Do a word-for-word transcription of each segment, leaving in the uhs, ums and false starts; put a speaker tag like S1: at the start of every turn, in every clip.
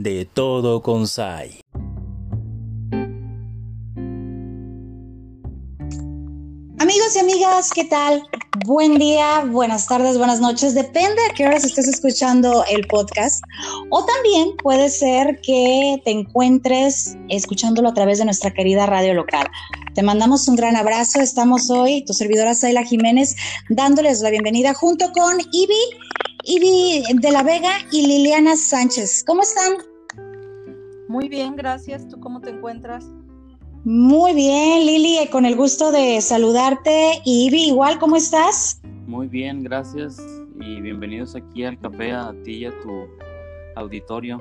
S1: De todo con Sai.
S2: Amigos y amigas, ¿qué tal? Buen día, buenas tardes, buenas noches, depende a qué horas estés escuchando el podcast, o también puede ser que te encuentres escuchándolo a través de nuestra querida radio local. Te mandamos un gran abrazo. Estamos hoy, tu servidora Sayla Jiménez, dándoles la bienvenida junto con Ivy, Ivy de la Vega y Liliana Sánchez. ¿Cómo están?
S3: Muy bien, gracias. ¿Tú cómo te encuentras?
S2: Muy bien, Lili, con el gusto de saludarte. Y Ivy, igual, ¿cómo estás?
S4: Muy bien, gracias y bienvenidos aquí al café a ti y a tu auditorio.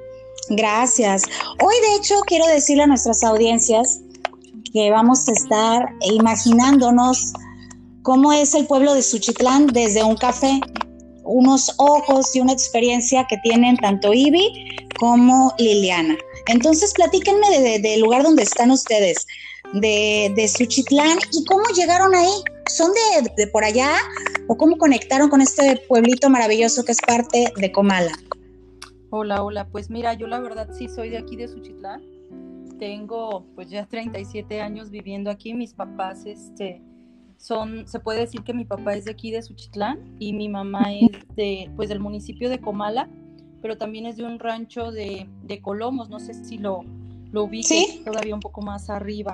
S2: Gracias. Hoy, de hecho, quiero decirle a nuestras audiencias que vamos a estar imaginándonos cómo es el pueblo de Suchitlán desde un café, unos ojos y una experiencia que tienen tanto Ivy como Liliana. Entonces, platíquenme del de, de lugar donde están ustedes, de, de Suchitlán, y cómo llegaron ahí. ¿Son de, de por allá o cómo conectaron con este pueblito maravilloso que es parte de Comala?
S3: Hola, hola. Pues mira, yo la verdad sí soy de aquí de Suchitlán. Tengo pues ya treinta y siete años viviendo aquí. Mis papás este, son, se puede decir que mi papá es de aquí de Suchitlán y mi mamá es de, pues, del municipio de Comala, pero también es de un rancho de, de Colomos, no sé si lo, lo ubiques, ¿sí? Todavía un poco más arriba.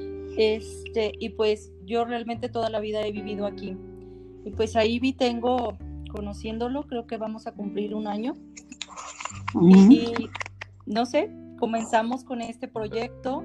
S3: Este, y pues yo realmente toda la vida he vivido aquí. Y pues ahí vi, tengo, conociéndolo, creo que vamos a cumplir un año. Uh-huh. Y, y no sé, comenzamos con este proyecto.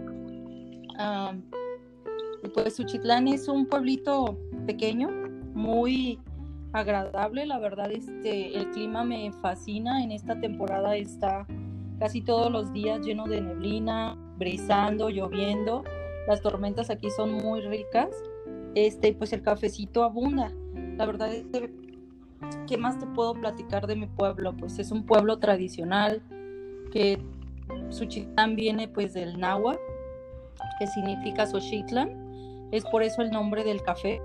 S3: Um, y pues Suchitlán es un pueblito pequeño, muy agradable, la verdad. Este, el clima me fascina. En esta temporada está casi todos los días lleno de neblina, brisando, lloviendo. Las tormentas aquí son muy ricas. Este, pues el cafecito abunda. La verdad es que, ¿qué más te puedo platicar de mi pueblo? Pues es un pueblo tradicional, que Suchitlán viene pues del náhuatl, que significa Xochitlan. Es por eso el nombre del café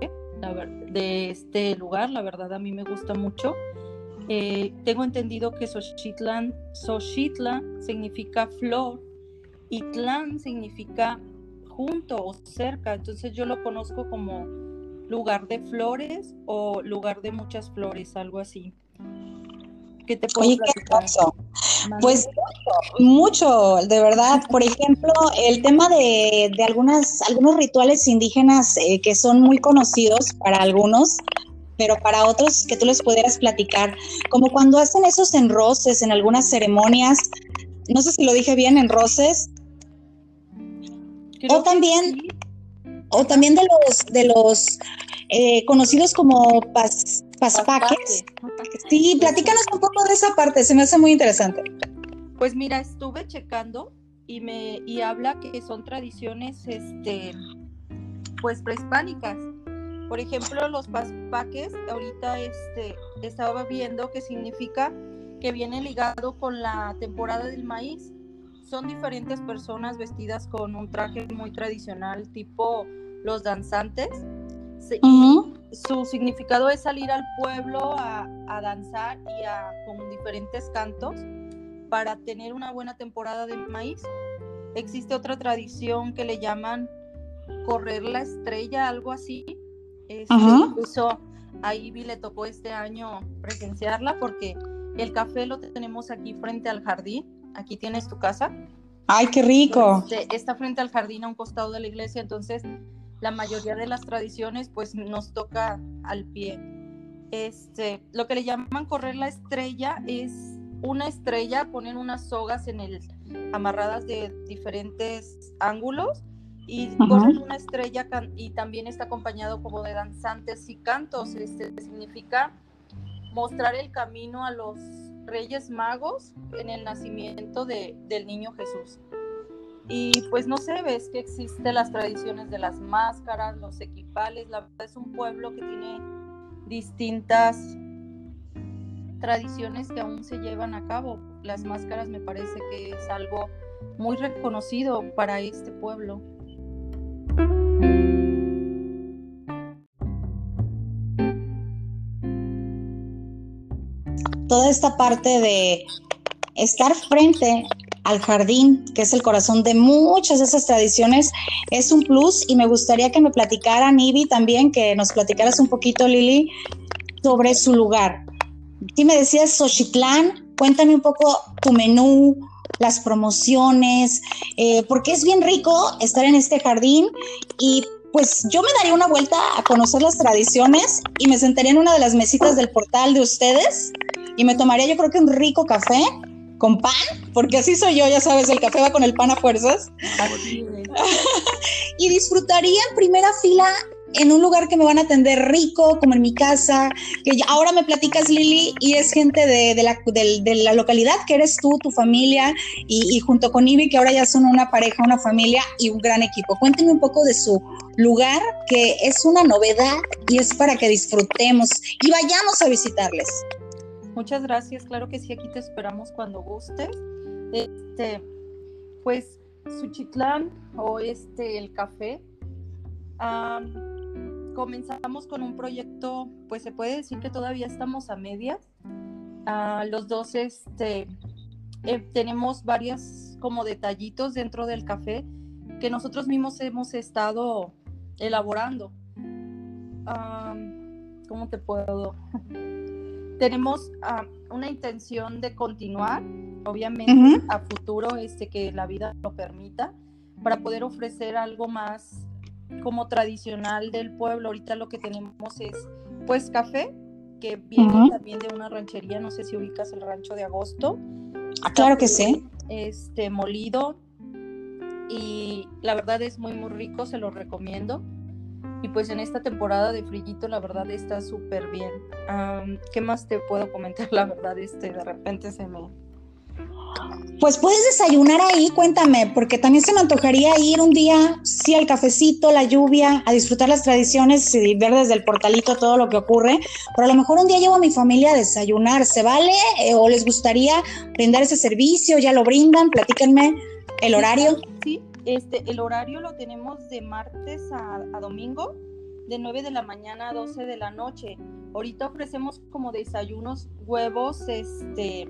S3: de este lugar. La verdad a mí me gusta mucho. Eh, tengo entendido que Xochitlan, Xochitla significa flor y tlán significa junto o cerca, entonces yo lo conozco como lugar de flores o lugar de muchas flores, algo así. ¿Qué te puedo
S2: Oye,
S3: platicar?
S2: ¿Qué pues mucho, de verdad. Por ejemplo, el tema de, de algunas, algunos rituales indígenas eh, que son muy conocidos para algunos, pero para otros que tú les pudieras platicar, como cuando hacen esos enroces en algunas ceremonias, no sé si lo dije bien, enroces, Creo o también, sí. o también de los, de los eh, conocidos como pas, paspaques. Sí, platícanos un poco de esa parte, se me hace muy interesante.
S3: Pues mira, estuve checando y me y habla que son tradiciones este pues prehispánicas. Por ejemplo, los paspaques, ahorita este estaba viendo que significa que viene ligado con la temporada del maíz. Son diferentes personas vestidas con un traje muy tradicional, tipo los danzantes. Uh-huh. Y su significado es salir al pueblo a, a danzar y a, con diferentes cantos para tener una buena temporada de maíz. Existe otra tradición que le llaman correr la estrella, algo así. Este, uh-huh. Incluso a Ivy le tocó este año presenciarla porque el café lo tenemos aquí frente al jardín. Aquí tienes tu casa.
S2: ¡Ay, qué rico!
S3: Este, está frente al jardín a un costado de la iglesia, entonces la mayoría de las tradiciones pues nos toca al pie. Este, lo que le llaman correr la estrella es una estrella, ponen unas sogas en el, amarradas de diferentes ángulos y uh-huh. corren una estrella can- y también está acompañado como de danzantes y cantos. Este, significa mostrar el camino a los Reyes Magos en el nacimiento de, del niño Jesús. Y pues no sé, ves que existen las tradiciones de las máscaras, los equipales. La verdad es un pueblo que tiene distintas tradiciones que aún se llevan a cabo. Las máscaras me parece que es algo muy reconocido para este pueblo.
S2: Toda esta parte de estar frente al jardín, que es el corazón de muchas de esas tradiciones, es un plus, y me gustaría que me platicaran, Ivy, también, que nos platicaras un poquito, Lili, sobre su lugar. Tú me decías Xochitlán, cuéntame un poco tu menú, las promociones, eh, porque es bien rico estar en este jardín, y pues yo me daría una vuelta a conocer las tradiciones y me sentaría en una de las mesitas del portal de ustedes y me tomaría, yo creo que un rico café con pan, porque así soy yo, ya sabes, el café va con el pan a fuerzas.
S3: Así es.
S2: Y disfrutaría en primera fila en un lugar que me van a atender rico, como en mi casa, que ya, ahora me platicas, Lili, y es gente de, de, la, de, de la localidad, que eres tú, tu familia, y, y junto con Ivy, que ahora ya son una pareja, una familia y un gran equipo. Cuéntenme un poco de su lugar, que es una novedad y es para que disfrutemos y vayamos a visitarles.
S3: Muchas gracias, claro que sí, aquí te esperamos cuando gustes. Este, pues Xochitlán o este el café, um, comenzamos con un proyecto, pues se puede decir que todavía estamos a medias. Uh, los dos este, eh, tenemos varios como detallitos dentro del café que nosotros mismos hemos estado elaborando. Um, ¿Cómo te puedo...? Tenemos uh, una intención de continuar, obviamente, uh-huh. a futuro, este, que la vida lo permita, para poder ofrecer algo más como tradicional del pueblo. Ahorita lo que tenemos es, pues, café, que viene uh-huh. también de una ranchería, no sé si ubicas el Rancho de Agosto.
S2: Ah, claro café, que sí.
S3: Este, molido, y la verdad es muy, muy rico, se lo recomiendo. Y pues en esta temporada de frillito, la verdad está súper bien. Um, ¿Qué más te puedo comentar? La verdad, este, de repente se me...
S2: Pues puedes desayunar ahí, cuéntame, porque también se me antojaría ir un día, sí, al cafecito, la lluvia, a disfrutar las tradiciones y ver desde el portalito todo lo que ocurre, pero a lo mejor un día llevo a mi familia a desayunar, ¿se vale? Eh, ¿O les gustaría brindar ese servicio? ¿Ya lo brindan? Platíquenme el horario.
S3: Sí, este, el horario lo tenemos de martes a, a domingo, de nueve de la mañana a doce de la noche. Ahorita ofrecemos como desayunos, huevos, este...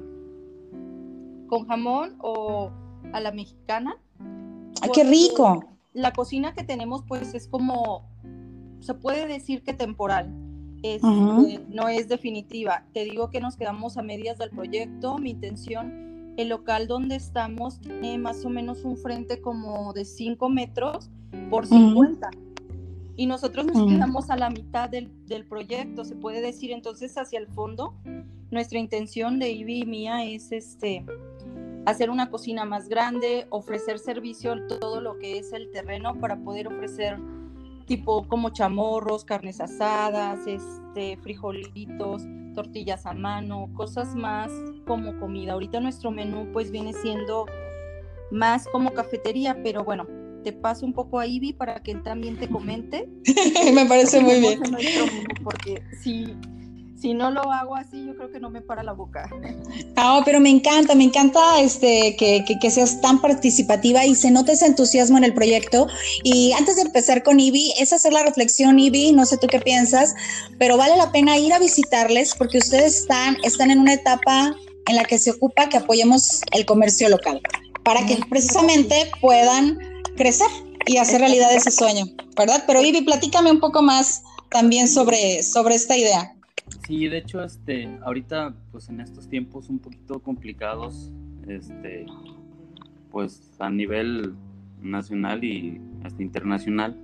S3: con jamón o a la mexicana.
S2: ¡Ay, qué rico!
S3: La cocina que tenemos pues es como, se puede decir que temporal, es,
S2: uh-huh.
S3: eh, no es definitiva. Te digo que nos quedamos a medias del proyecto. Mi intención, el local donde estamos tiene más o menos un frente como de cinco metros por cincuenta. Uh-huh. Y nosotros nos uh-huh. quedamos a la mitad del, del proyecto, se puede decir. Entonces, hacia el fondo, nuestra intención de Ivy y mía es este, hacer una cocina más grande, ofrecer servicio a todo lo que es el terreno para poder ofrecer tipo como chamorros, carnes asadas, este, frijolitos, tortillas a mano, cosas más como comida. Ahorita nuestro menú pues viene siendo más como cafetería, pero bueno, te paso un poco a Ivy para que él también te comente.
S2: Me parece muy bien.
S3: Porque si, si no lo hago así, yo creo que no me para la boca.
S2: Ah, pero me encanta, me encanta este, que, que, que seas tan participativa y se nota ese entusiasmo en el proyecto. Y antes de empezar con Ivy, es hacer la reflexión, Ivy, no sé tú qué piensas, pero vale la pena ir a visitarles porque ustedes están, están en una etapa en la que se ocupa que apoyemos el comercio local, para que precisamente puedan crecer y hacer realidad ese sueño, ¿verdad? Pero Ivy, platícame un poco más también sobre, sobre esta idea.
S4: Sí, de hecho, este, ahorita, pues en estos tiempos un poquito complicados, este, pues a nivel nacional y hasta internacional,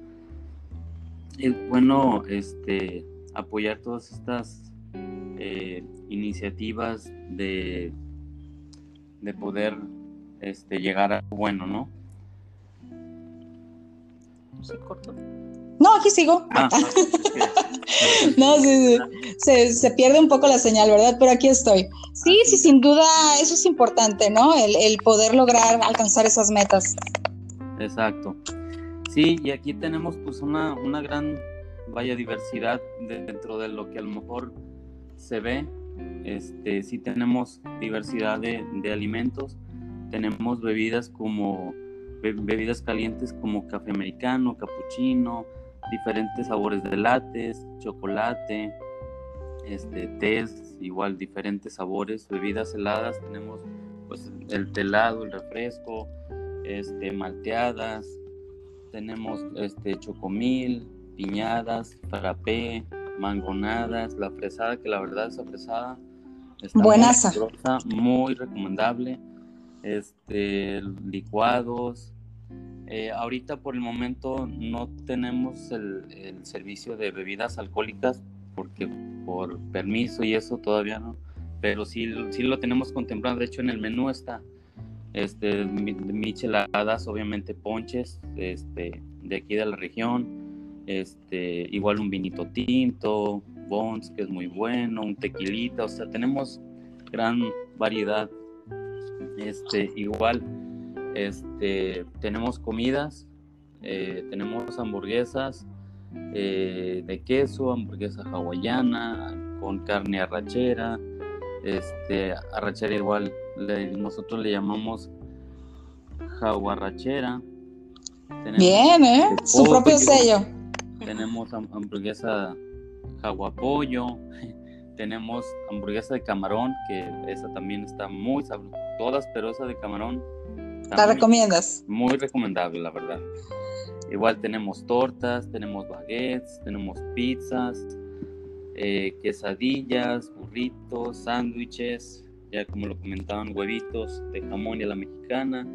S4: es bueno, este, apoyar todas estas eh, iniciativas de, de poder, este, llegar a algo bueno, ¿no?
S3: ¿Se cortó?
S2: No, aquí sigo.
S4: Ah,
S2: no, sí, sí. Se, se pierde un poco la señal, ¿verdad? Pero aquí estoy. Sí, sí, sin duda, eso es importante, ¿no? El, el poder lograr alcanzar esas metas.
S4: Exacto. Sí, y aquí tenemos pues una, una gran, vaya, diversidad de, dentro de lo que a lo mejor se ve. Este, sí tenemos diversidad de, de alimentos, tenemos bebidas como bebidas calientes como café americano, capuchino, diferentes sabores de lattes, chocolate, este, tés, igual diferentes sabores, bebidas heladas, tenemos pues el helado, el refresco, este, malteadas, tenemos este chocomil, piñadas, frappé, mangonadas, la fresada, que la verdad esa fresada está
S2: buenaza,
S4: muy sabrosa, muy recomendable, este, licuados. Eh, ahorita por el momento no tenemos el, el servicio de bebidas alcohólicas porque por permiso y eso todavía no, pero sí, sí lo tenemos contemplado. De hecho en el menú está este, micheladas, obviamente ponches este, de aquí de la región, este, igual un vinito tinto, Bons, que es muy bueno, un tequilita, o sea, tenemos gran variedad. Este, igual este, tenemos comidas, eh, tenemos hamburguesas eh, de queso, hamburguesa hawaiana con carne arrachera, este, arrachera igual le, nosotros le llamamos jaguarrachera. Tenemos
S2: bien, ¿eh? Su propio sello.
S4: Tenemos hamburguesa jaguapollo, tenemos hamburguesa de camarón, que esa también está muy sabrosa, todas, pero esa de camarón
S2: ¿la recomiendas?
S4: Muy recomendable, la verdad. Igual tenemos tortas, tenemos baguettes, tenemos pizzas, eh, quesadillas, burritos, sándwiches, ya como lo comentaban, huevitos de jamón y a la mexicana.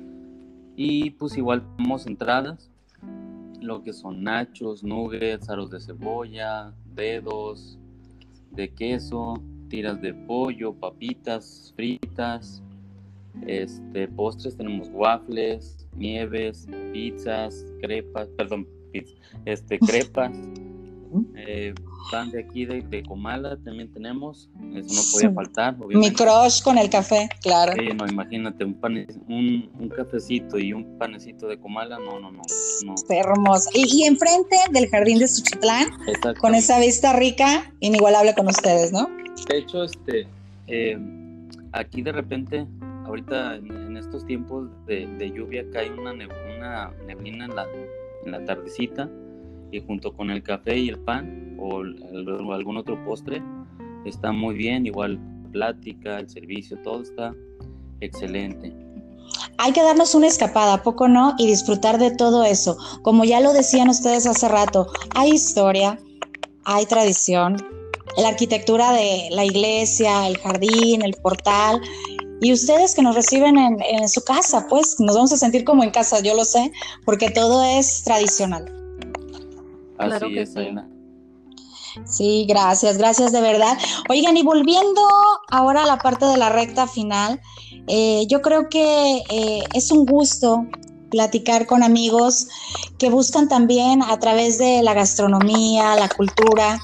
S4: Y pues igual tenemos entradas, lo que son nachos, nuggets, aros de cebolla, dedos de queso, tiras de pollo, papitas fritas. Este, postres tenemos waffles, nieves, pizzas, crepas, perdón, pizza, este, crepas, eh, pan de aquí de, de Comala también tenemos, eso no podía faltar, obviamente.
S2: Mi crush con el café, claro.
S4: Sí, no, imagínate, un, pan, un, un cafecito y un panecito de Comala, no, no, no. no.
S2: Hermoso. Y, y enfrente del jardín de Suchitlán, con esa vista rica, inigualable con ustedes, ¿no?
S4: De hecho, este, eh, aquí de repente, ahorita en, en estos tiempos de, de lluvia cae una, neb una neblina en la, en la tardecita, y junto con el café y el pan o, el, o algún otro postre está muy bien, igual plática, el servicio, todo está excelente.
S2: Hay que darnos una escapada, ¿a poco no? Y disfrutar de todo eso. Como ya lo decían ustedes hace rato, hay historia, hay tradición, la arquitectura de la iglesia, el jardín, el portal. Y ustedes que nos reciben en, en su casa, pues nos vamos a sentir como en casa, yo lo sé, porque todo es tradicional.
S4: Así
S3: Claro que
S4: es,
S3: sí.
S4: Aina.
S2: Sí, gracias, gracias de verdad. Oigan, y volviendo ahora a la parte de la recta final, eh, yo creo que eh, es un gusto platicar con amigos que buscan también a través de la gastronomía, la cultura,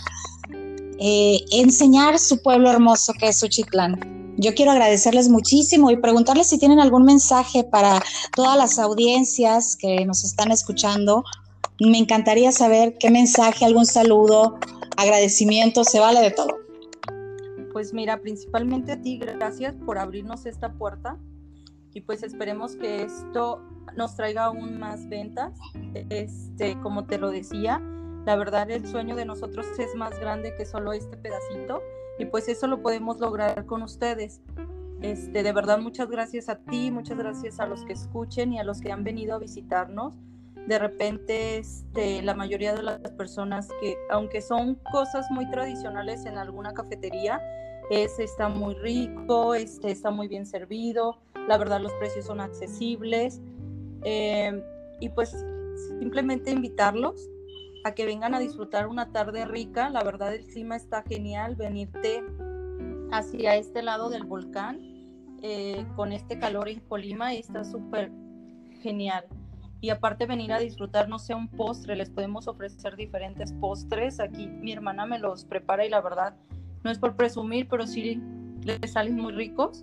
S2: eh, enseñar su pueblo hermoso que es Suchitlán. Yo quiero agradecerles muchísimo y preguntarles si tienen algún mensaje para todas las audiencias que nos están escuchando. Me encantaría saber qué mensaje, algún saludo, agradecimiento, se vale de todo.
S3: Pues mira, principalmente a ti, gracias por abrirnos esta puerta y pues esperemos que esto nos traiga aún más ventas. Este, como te lo decía, la verdad el sueño de nosotros es más grande que solo este pedacito y pues eso lo podemos lograr con ustedes. Este, de verdad muchas gracias a ti, muchas gracias a los que escuchen y a los que han venido a visitarnos. De repente este, la mayoría de las personas que, aunque son cosas muy tradicionales en alguna cafetería, es, está muy rico, este, está muy bien servido, la verdad los precios son accesibles, eh, y pues simplemente invitarlos a que vengan a disfrutar una tarde rica. La verdad el clima está genial, venirte hacia este lado del volcán eh, con este calor en Colima está súper genial. Y aparte venir a disfrutar, no sé, un postre, les podemos ofrecer diferentes postres. Aquí mi hermana me los prepara y la verdad, no es por presumir, pero sí les salen muy ricos.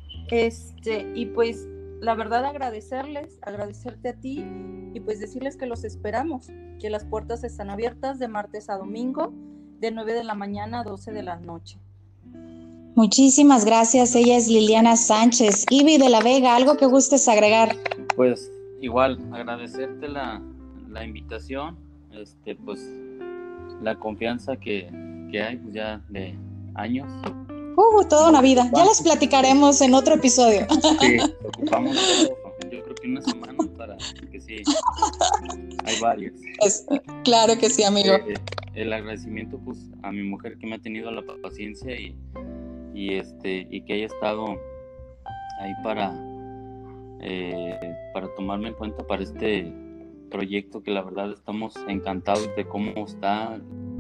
S3: Este, y pues la verdad agradecerles, agradecerte a ti y pues decirles que los esperamos, que las puertas están abiertas de martes a domingo, de nueve de la mañana a doce de la noche.
S2: Muchísimas gracias, ella es Liliana Sánchez. Ivy de la Vega, ¿algo que gustes agregar?
S4: Pues igual, agradecerte la, la invitación, este, pues la confianza que, que hay pues ya de años
S2: Uh, toda una vida. Ya les platicaremos en otro episodio.
S4: Sí, ocupamos todo, yo creo que una semana para que sí, hay varios.
S2: Es, claro que sí, amigo.
S4: Eh, el agradecimiento pues a mi mujer que me ha tenido la paciencia y, y este y que haya estado ahí para eh, para tomarme en cuenta para este proyecto, que la verdad estamos encantados de cómo está.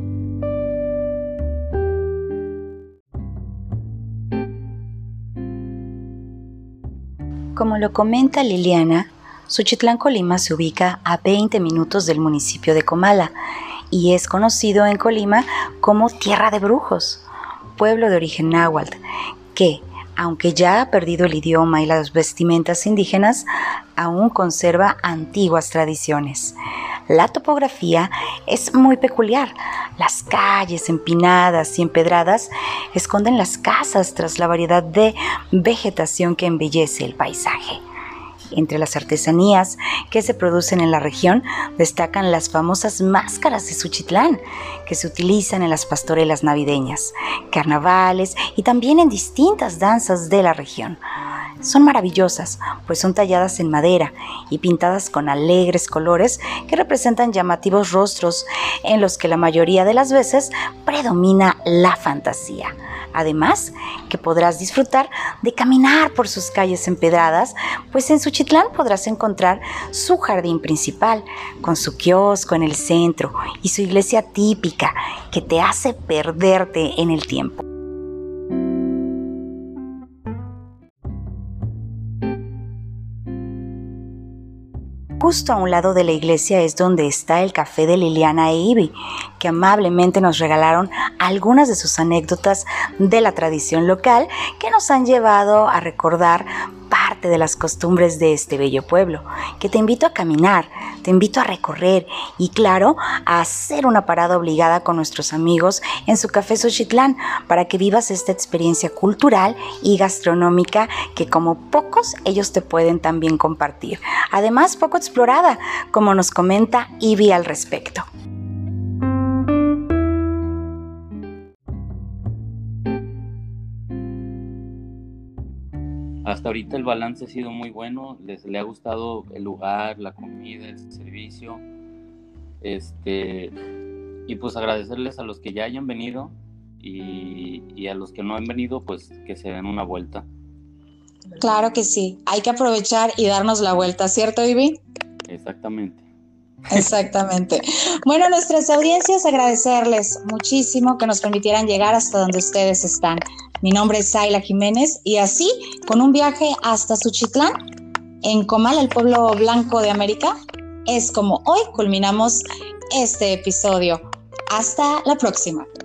S5: Como lo comenta Liliana, Suchitlán, Colima se ubica a veinte minutos del municipio de Comala y es conocido en Colima como Tierra de Brujos, pueblo de origen náhuatl, que, aunque ya ha perdido el idioma y las vestimentas indígenas, aún conserva antiguas tradiciones. La topografía es muy peculiar. Las calles empinadas y empedradas esconden las casas tras la variedad de vegetación que embellece el paisaje. Entre las artesanías que se producen en la región destacan las famosas máscaras de Suchitlán, que se utilizan en las pastorelas navideñas, carnavales y también en distintas danzas de la región. Son maravillosas, pues son talladas en madera y pintadas con alegres colores que representan llamativos rostros en los que la mayoría de las veces predomina la fantasía. Además, que podrás disfrutar de caminar por sus calles empedradas, pues en Suchitlán podrás encontrar su jardín principal, con su kiosco en el centro y su iglesia típica, que te hace perderte en el tiempo. Justo a un lado de la iglesia es donde está el café de Liliana e Ivy, que amablemente nos regalaron algunas de sus anécdotas de la tradición local que nos han llevado a recordar parte de las costumbres de este bello pueblo, que te invito a caminar, te invito a recorrer y, claro, a hacer una parada obligada con nuestros amigos en su café Suchitlán para que vivas esta experiencia cultural y gastronómica que, como pocos, ellos te pueden también compartir. Además, poco explorada, como nos comenta Ivy al respecto.
S4: Hasta ahorita el balance ha sido muy bueno, les le ha gustado el lugar, la comida, el servicio, este, y pues agradecerles a los que ya hayan venido y, y a los que no han venido, pues que se den una vuelta.
S2: Claro que sí, hay que aprovechar y darnos la vuelta, ¿cierto, Ivy?
S4: Exactamente.
S2: Exactamente. Bueno, nuestras audiencias, agradecerles muchísimo que nos permitieran llegar hasta donde ustedes están. Mi nombre es Zayla Jiménez y así, con un viaje hasta Suchitlán, en Comala, el pueblo blanco de América, es como hoy culminamos este episodio. Hasta la próxima.